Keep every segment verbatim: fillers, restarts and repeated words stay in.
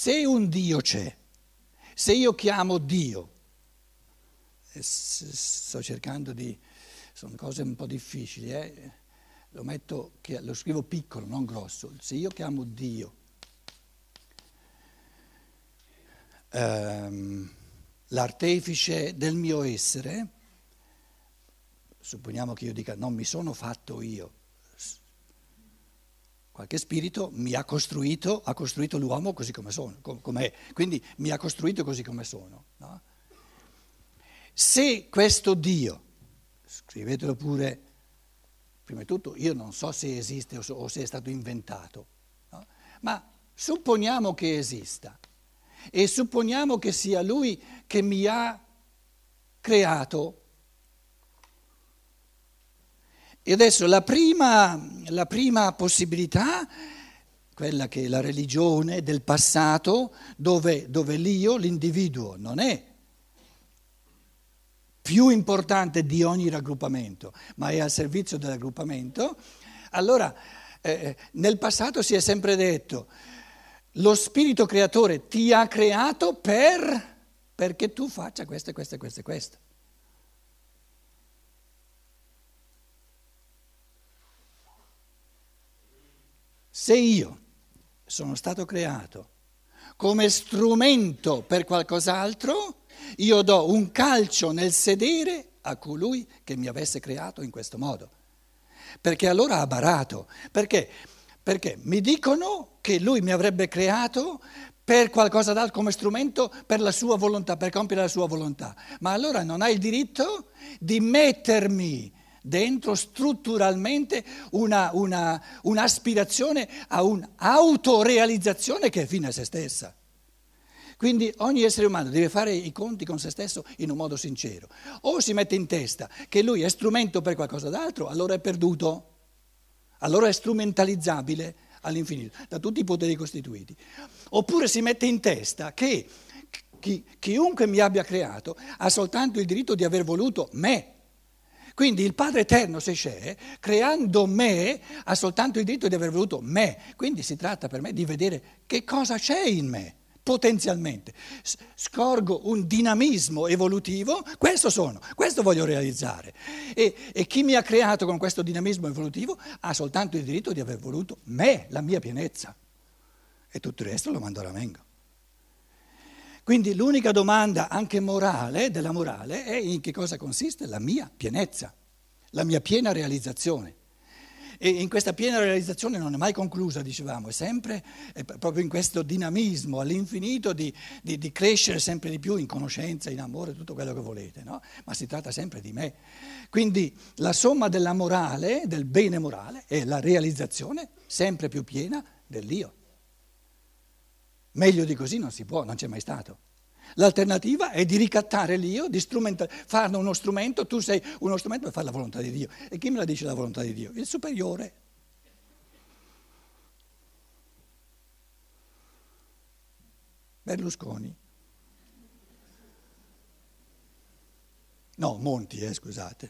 Se un Dio c'è, se io chiamo Dio, sto cercando di, sono cose un po' difficili, eh? lo, metto, lo scrivo piccolo, non grosso, se io chiamo Dio, ehm, l'artefice del mio essere, supponiamo che io dica non mi sono fatto io, qualche spirito mi ha costruito, ha costruito l'uomo così come sono, com'è, quindi mi ha costruito così come sono. No? Se questo Dio, scrivetelo pure, prima di tutto io non so se esiste o, so, o se è stato inventato, no? Ma supponiamo che esista e supponiamo che sia Lui che mi ha creato. E adesso la prima, la prima possibilità, quella che è la religione del passato, dove, dove l'io, l'individuo, non è più importante di ogni raggruppamento, ma è al servizio del raggruppamento, allora eh, nel passato si è sempre detto, lo spirito creatore ti ha creato per, perché tu faccia questo e questo e questo e questo. Se io sono stato creato come strumento per qualcos'altro, io do un calcio nel sedere a colui che mi avesse creato in questo modo. Perché allora ha barato. Perché? Perché mi dicono che lui mi avrebbe creato per qualcosa d'altro come strumento per la sua volontà, per compiere la sua volontà. Ma allora non hai il diritto di mettermi dentro strutturalmente una, una, un'aspirazione a un'autorealizzazione che è fine a se stessa. Quindi ogni essere umano deve fare i conti con se stesso in un modo sincero. O si mette in testa che lui è strumento per qualcosa d'altro, allora è perduto, allora è strumentalizzabile all'infinito, da tutti i poteri costituiti. Oppure si mette in testa che chi, chiunque mi abbia creato ha soltanto il diritto di aver voluto me. Quindi il Padre Eterno, se c'è, creando me, ha soltanto il diritto di aver voluto me. Quindi si tratta per me di vedere che cosa c'è in me, potenzialmente. Scorgo un dinamismo evolutivo, questo sono, questo voglio realizzare. E, e chi mi ha creato con questo dinamismo evolutivo ha soltanto il diritto di aver voluto me, la mia pienezza. E tutto il resto lo mando alla menga. Quindi l'unica domanda, anche morale, della morale, è in che cosa consiste la mia pienezza, la mia piena realizzazione. E in questa piena realizzazione non è mai conclusa, dicevamo, è sempre è proprio in questo dinamismo all'infinito di, di, di crescere sempre di più in conoscenza, in amore, tutto quello che volete, no? Ma si tratta sempre di me. Quindi la somma della morale, del bene morale, è la realizzazione sempre più piena dell'io. Meglio di così non si può, non c'è mai stato. L'alternativa è di ricattare l'io, di farne uno strumento, tu sei uno strumento per fare la volontà di Dio. E chi me la dice la volontà di Dio? Il superiore. Berlusconi. No, Monti, eh, scusate.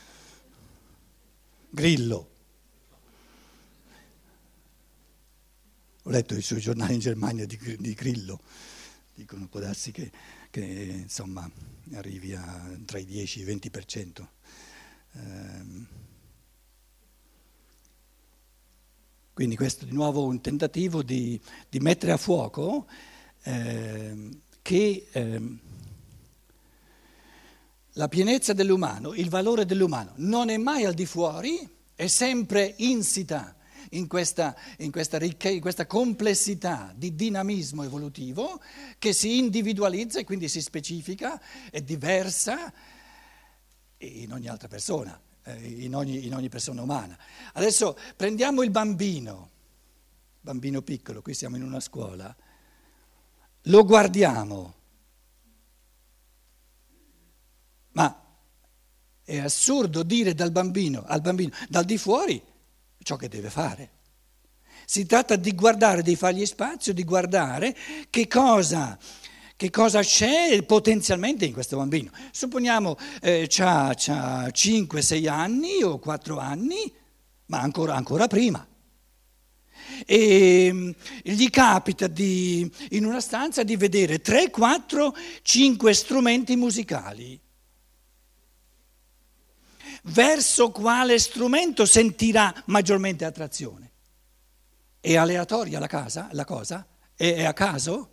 Grillo. Ho letto sui giornali in Germania di, di Grillo, dicono può darsi che, che insomma arrivi a, tra i dieci e i venti per cento. Ehm, quindi questo di nuovo un tentativo di, di mettere a fuoco ehm, che ehm, la pienezza dell'umano, il valore dell'umano non è mai al di fuori, è sempre insita in questa, in questa ricchezza, in questa complessità di dinamismo evolutivo che si individualizza e quindi si specifica, è diversa in ogni altra persona, in ogni, in ogni persona umana. Adesso prendiamo il bambino, bambino piccolo, qui siamo in una scuola, lo guardiamo, ma è assurdo dire dal bambino, al bambino, dal di fuori, ciò che deve fare. Si tratta di guardare, di fargli spazio, di guardare che cosa, che cosa c'è potenzialmente in questo bambino. Supponiamo eh, c'ha, c'ha cinque sei anni o quattro anni, ma ancora, ancora prima. e gli capita di, in una stanza di vedere tre, quattro, cinque strumenti musicali. Verso quale strumento sentirà maggiormente attrazione? È aleatoria la, casa, la cosa? È, è a caso?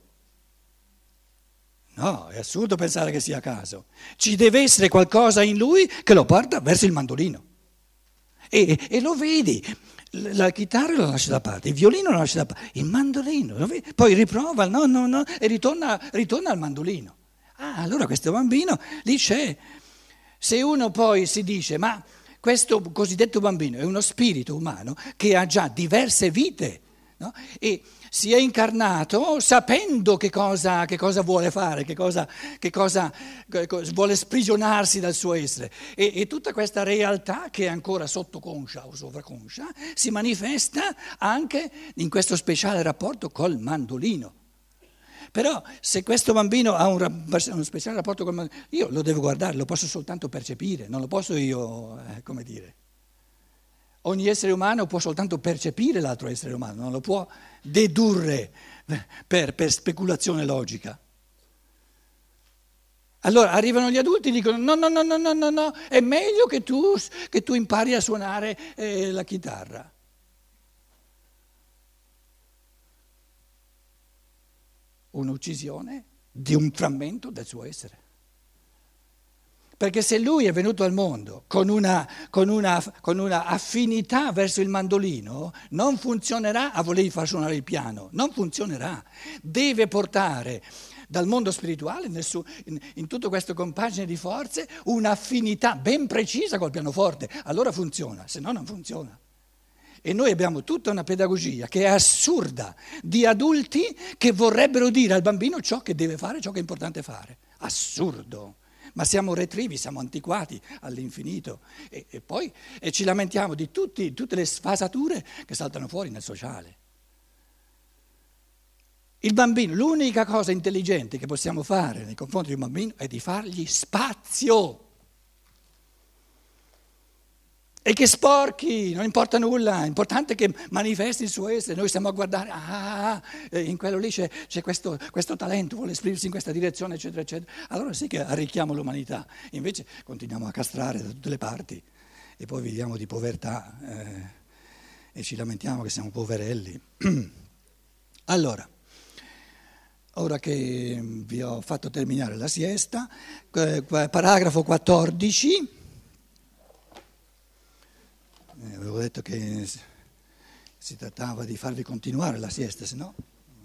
No, è assurdo pensare che sia a caso. Ci deve essere qualcosa in lui che lo porta verso il mandolino. E, e lo vedi, la chitarra lo lascia da parte, il violino lo lascia da parte, il mandolino, lo vedi? Poi riprova, no, no, no, e ritorna, ritorna al mandolino. Ah, allora questo bambino lì c'è. Se uno poi si dice, ma questo cosiddetto bambino è uno spirito umano che ha già diverse vite, no? E si è incarnato sapendo che cosa, che cosa vuole fare, che cosa, che cosa che vuole sprigionarsi dal suo essere. E, e tutta questa realtà che è ancora sottoconscia o sovraconscia si manifesta anche in questo speciale rapporto col mandolino. Però se questo bambino ha un, uno speciale rapporto col mandolino, io lo devo guardare, lo posso soltanto percepire, non lo posso io, eh, come dire. Ogni essere umano può soltanto percepire l'altro essere umano, non lo può dedurre per, per speculazione logica. Allora arrivano gli adulti e dicono no, no, no, no, no, no, no, è meglio che tu, che tu impari a suonare eh, la chitarra. Un'uccisione di un frammento del suo essere. Perché se lui è venuto al mondo con una, con una, con una affinità verso il mandolino, non funzionerà a volergli far suonare il piano, non funzionerà. Deve portare dal mondo spirituale, nel suo, in, in tutto questo compagine di forze, un'affinità ben precisa col pianoforte. Allora funziona, se no non funziona. E noi abbiamo tutta una pedagogia che è assurda di adulti che vorrebbero dire al bambino ciò che deve fare, ciò che è importante fare. Assurdo. Ma siamo retrivi, siamo antiquati all'infinito e, e poi e ci lamentiamo di tutti, tutte le sfasature che saltano fuori nel sociale. Il bambino, l'unica cosa intelligente che possiamo fare nei confronti di un bambino è di fargli spazio. E che sporchi, non importa nulla, è importante che manifesti il suo essere, noi stiamo a guardare, ah, in quello lì c'è, c'è questo, questo talento, vuole esprimersi in questa direzione, eccetera, eccetera. Allora sì che arricchiamo l'umanità, invece continuiamo a castrare da tutte le parti e poi viviamo di povertà eh, e ci lamentiamo che siamo poverelli. Allora, ora che vi ho fatto terminare la siesta, eh, paragrafo quattordici. Eh, avevo detto che si trattava di farvi continuare la siesta, se no...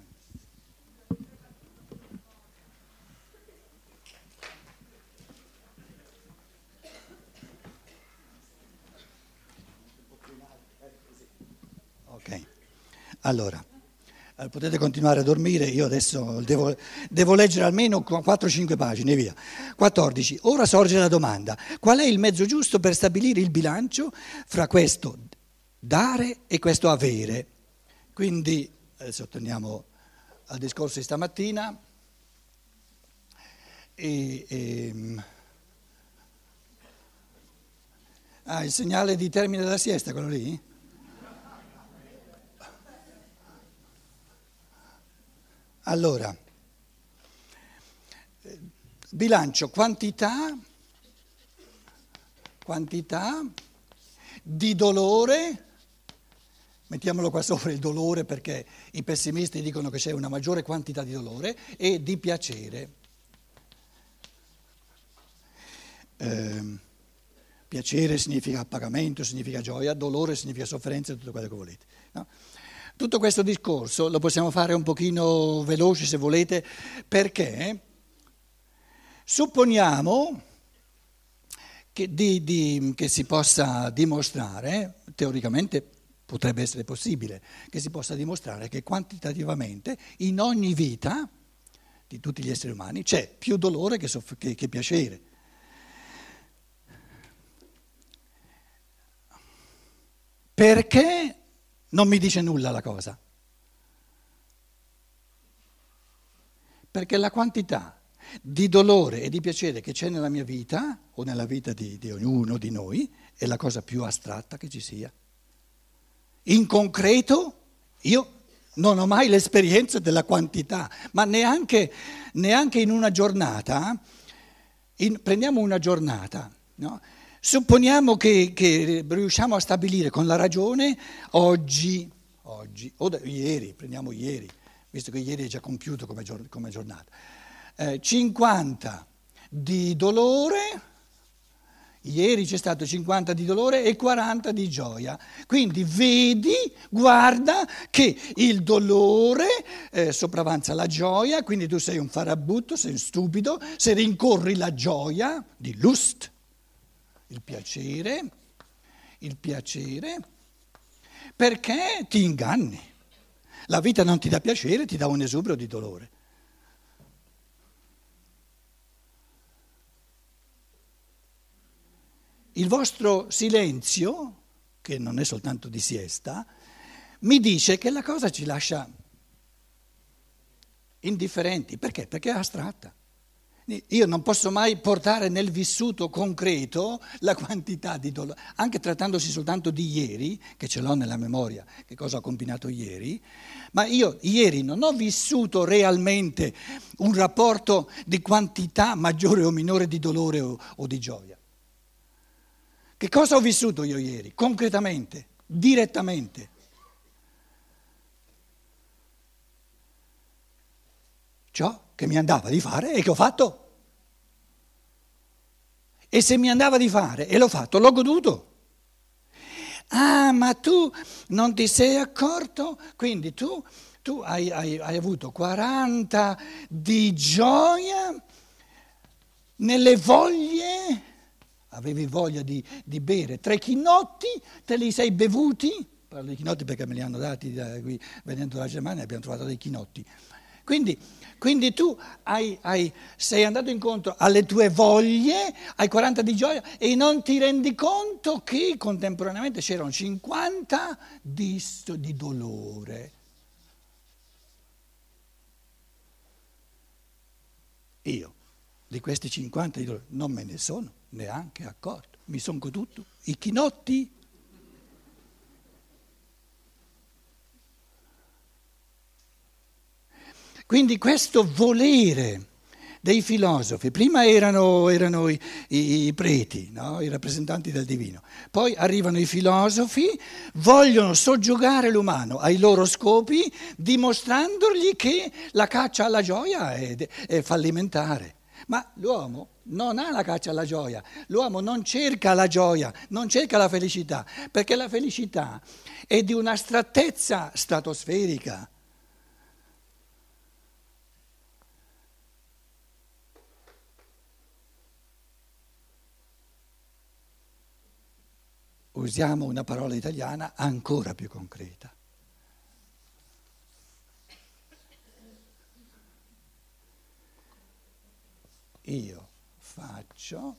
Ok, allora, eh, potete continuare a dormire, io adesso devo, devo leggere almeno quattro cinque pagine e via. quattordici. Ora sorge la domanda, qual è il mezzo giusto per stabilire il bilancio fra questo dare e questo avere? Quindi, adesso torniamo al discorso di stamattina, e, e, ah, il segnale di termine della siesta, quello lì? Allora, bilancio quantità, quantità di dolore, mettiamolo qua sopra il dolore perché i pessimisti dicono che c'è una maggiore quantità di dolore, e di piacere. Eh, piacere significa appagamento, significa gioia, dolore significa sofferenza, tutto quello che volete, no? Tutto questo discorso lo possiamo fare un pochino veloce se volete, perché supponiamo che, di, di, che si possa dimostrare, teoricamente potrebbe essere possibile, che si possa dimostrare che quantitativamente in ogni vita di tutti gli esseri umani c'è più dolore che, soff- che, che piacere. Perché non mi dice nulla la cosa? Perché la quantità di dolore e di piacere che c'è nella mia vita, o nella vita di, di ognuno di noi, è la cosa più astratta che ci sia. In concreto Io non ho mai l'esperienza della quantità, ma neanche, neanche in una giornata, in, prendiamo una giornata, no? Supponiamo che, che riusciamo a stabilire con la ragione oggi, oggi o da, ieri, prendiamo ieri, visto che ieri è già compiuto come, gior, come giornata, eh, cinquanta di dolore. Ieri c'è stato cinquanta di dolore e quaranta di gioia, quindi vedi, guarda che il dolore eh, sopravanza la gioia, quindi tu sei un farabutto, sei un stupido, se rincorri la gioia di lust, il piacere, il piacere, perché ti inganni. La vita non ti dà piacere, ti dà un esubero di dolore. Il vostro silenzio, che non è soltanto di siesta, mi dice che la cosa ci lascia indifferenti. Perché? Perché è astratta. Io non posso mai portare nel vissuto concreto la quantità di dolore, anche trattandosi soltanto di ieri, che ce l'ho nella memoria, che cosa ho combinato ieri, ma io ieri non ho vissuto realmente un rapporto di quantità maggiore o minore di dolore o, o di gioia. Che cosa ho vissuto io ieri, concretamente, direttamente? Ciò che mi andava di fare e che ho fatto. E se mi andava di fare e l'ho fatto, l'ho goduto. Ah, ma tu non ti sei accorto? Quindi tu, tu hai, hai, hai avuto quaranta di gioia nelle voglie. Avevi voglia di, di bere tre chinotti, te li sei bevuti, parlo di chinotti perché me li hanno dati da qui, venendo dalla Germania abbiamo trovato dei chinotti. Quindi, quindi tu hai, hai, sei andato incontro alle tue voglie, hai quaranta di gioia e non ti rendi conto che contemporaneamente c'erano cinquanta di, di dolore. Io di questi cinquanta di dolore non me ne sono neanche accorto, mi sono goduto i chinotti. Quindi questo volere dei filosofi, prima erano, erano i, i, i preti, no? I rappresentanti del divino, poi arrivano i filosofi, vogliono soggiogare l'umano ai loro scopi, dimostrandogli che la caccia alla gioia è, è fallimentare. Ma l'uomo non ha la caccia alla gioia, l'uomo non cerca la gioia, non cerca la felicità, perché la felicità è di un'astrattezza stratosferica. Usiamo una parola italiana ancora più concreta. Io faccio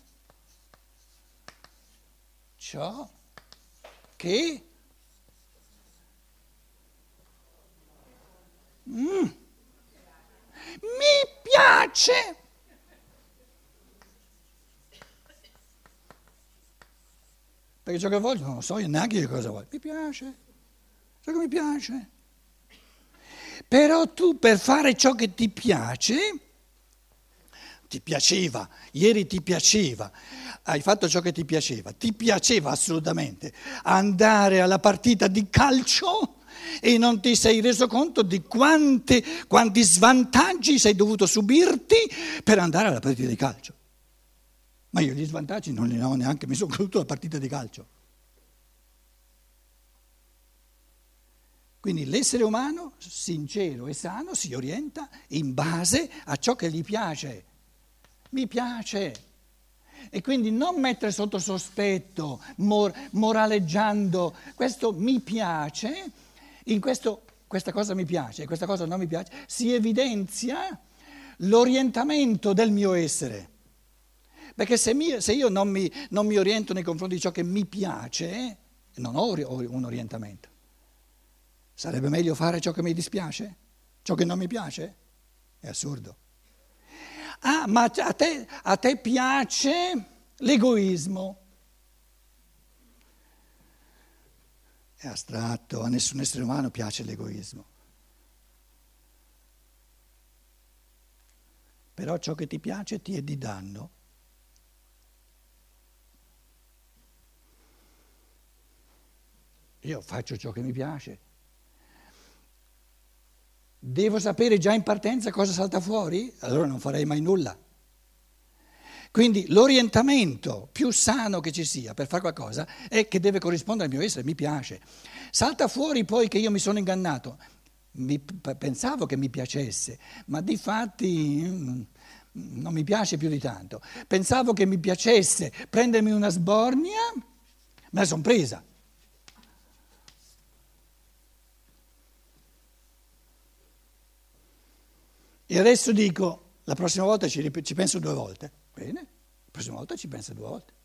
ciò che mm, mi piace. Perché ciò che voglio non so io neanche io cosa voglio. Mi piace, ciò che mi piace. Però tu per fare ciò che ti piace, ti piaceva, ieri ti piaceva, hai fatto ciò che ti piaceva, ti piaceva assolutamente andare alla partita di calcio e non ti sei reso conto di quante, quanti svantaggi sei dovuto subirti per andare alla partita di calcio. Ma io gli svantaggi non li ho neanche, mi sono goduto la partita di calcio. Quindi l'essere umano, sincero e sano, si orienta in base a ciò che gli piace. Mi piace. E quindi non mettere sotto sospetto, mor- moraleggiando, questo mi piace, in questo questa cosa mi piace e questa cosa non mi piace, si evidenzia l'orientamento del mio essere. Perché se, mi, se io non mi, non mi oriento nei confronti di ciò che mi piace, non ho un orientamento. Sarebbe meglio fare ciò che mi dispiace? Ciò che non mi piace? È assurdo. Ah, ma a te, a te piace l'egoismo? è astratto, a nessun essere umano piace l'egoismo. Però ciò che ti piace ti è di danno. Io faccio ciò che mi piace. Devo sapere già in partenza cosa salta fuori? Allora non farei mai nulla. Quindi l'orientamento più sano che ci sia per fare qualcosa è che deve corrispondere al mio essere, mi piace. Salta fuori poi che io mi sono ingannato. Mi, pensavo che mi piacesse, ma di fatti mh, non mi piace più di tanto. Pensavo che mi piacesse prendermi una sbornia, me la sono presa. E adesso dico, la prossima volta ci, ci penso due volte. Bene, la prossima volta ci penso due volte.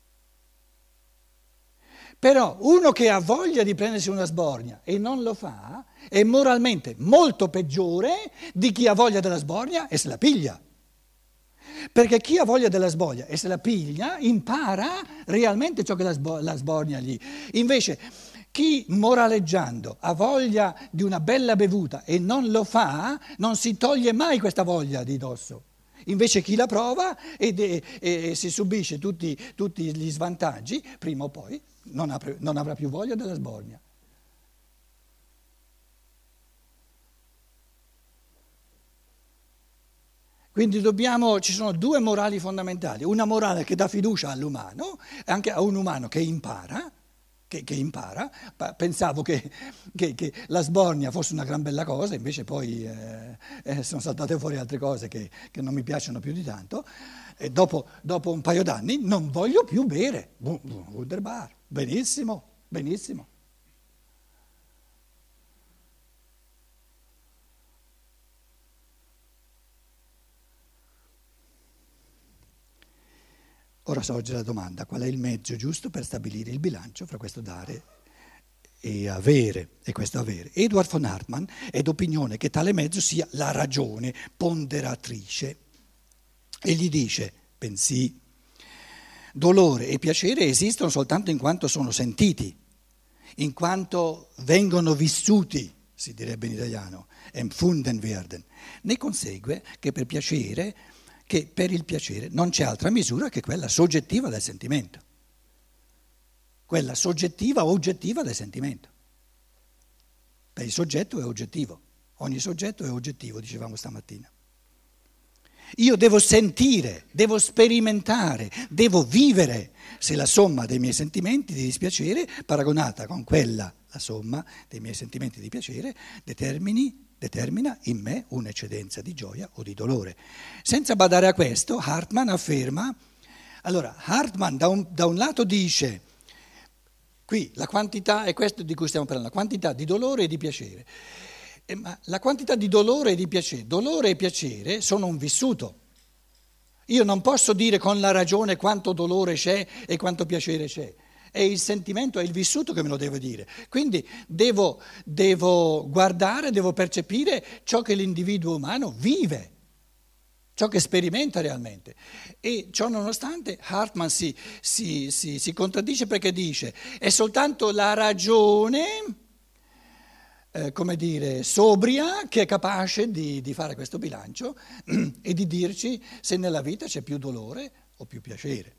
Però uno che ha voglia di prendersi una sbornia e non lo fa è moralmente molto peggiore di chi ha voglia della sbornia e se la piglia. Perché chi ha voglia della sbornia e se la piglia impara realmente ciò che la, sbo- la sbornia gli. Invece chi moraleggiando ha voglia di una bella bevuta e non lo fa, non si toglie mai questa voglia di dosso. Invece chi la prova e, e, e si subisce tutti, tutti gli svantaggi, prima o poi non, apre, non avrà più voglia della sbornia. Quindi dobbiamo, ci sono due morali fondamentali, una morale che dà fiducia all'umano, anche a un umano che impara, che, che impara, pensavo che, che, che la sbornia fosse una gran bella cosa, invece poi eh, eh, sono saltate fuori altre cose che, che non mi piacciono più di tanto, e dopo, dopo un paio d'anni non voglio più bere, Wunderbar, benissimo, benissimo. Ora sorge la domanda, qual è il mezzo giusto per stabilire il bilancio fra questo dare e avere, e questo avere? Edward von Hartmann è d'opinione che tale mezzo sia la ragione ponderatrice. Egli dice, bensì, dolore e piacere esistono soltanto in quanto sono sentiti, in quanto vengono vissuti, si direbbe in italiano, empfunden werden. Ne consegue che per piacere... che per il piacere non c'è altra misura che quella soggettiva del sentimento, quella soggettiva o oggettiva del sentimento. Per il soggetto è oggettivo, ogni soggetto è oggettivo, dicevamo stamattina. Io devo sentire, devo sperimentare, devo vivere se la somma dei miei sentimenti di dispiacere, paragonata con quella, la somma dei miei sentimenti di piacere, determini determina in me un'eccedenza di gioia o di dolore. Senza badare a questo, Hartmann afferma, allora Hartmann da un, da un lato dice, qui la quantità è questo di cui stiamo parlando, la quantità di dolore e di piacere, eh, ma la quantità di dolore e di piacere, dolore e piacere sono un vissuto. Io non posso dire con la ragione quanto dolore c'è e quanto piacere c'è. È il sentimento, è il vissuto che me lo deve dire. Quindi devo, devo guardare, devo percepire ciò che l'individuo umano vive, ciò che sperimenta realmente. E ciò nonostante Hartmann si, si, si, si contraddice perché dice è soltanto la ragione, eh, come dire, sobria che è capace di, di fare questo bilancio e di dirci se nella vita c'è più dolore o più piacere.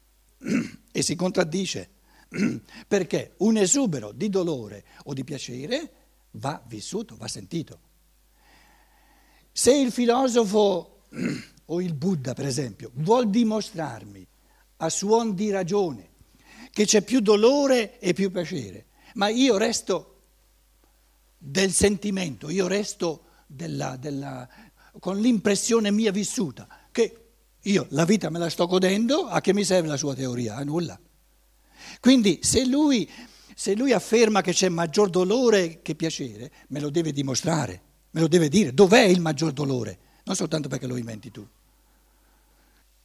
E si contraddice. Perché un esubero di dolore o di piacere va vissuto, va sentito. Se il filosofo o il Buddha, per esempio, vuol dimostrarmi a suon di ragione che c'è più dolore e più piacere, ma io resto del sentimento, io resto della, della, con l'impressione mia vissuta, che io la vita me la sto godendo, a che mi serve la sua teoria? A nulla. Quindi se lui, se lui afferma che c'è maggior dolore che piacere, me lo deve dimostrare, me lo deve dire, dov'è il maggior dolore? Non soltanto perché lo inventi tu.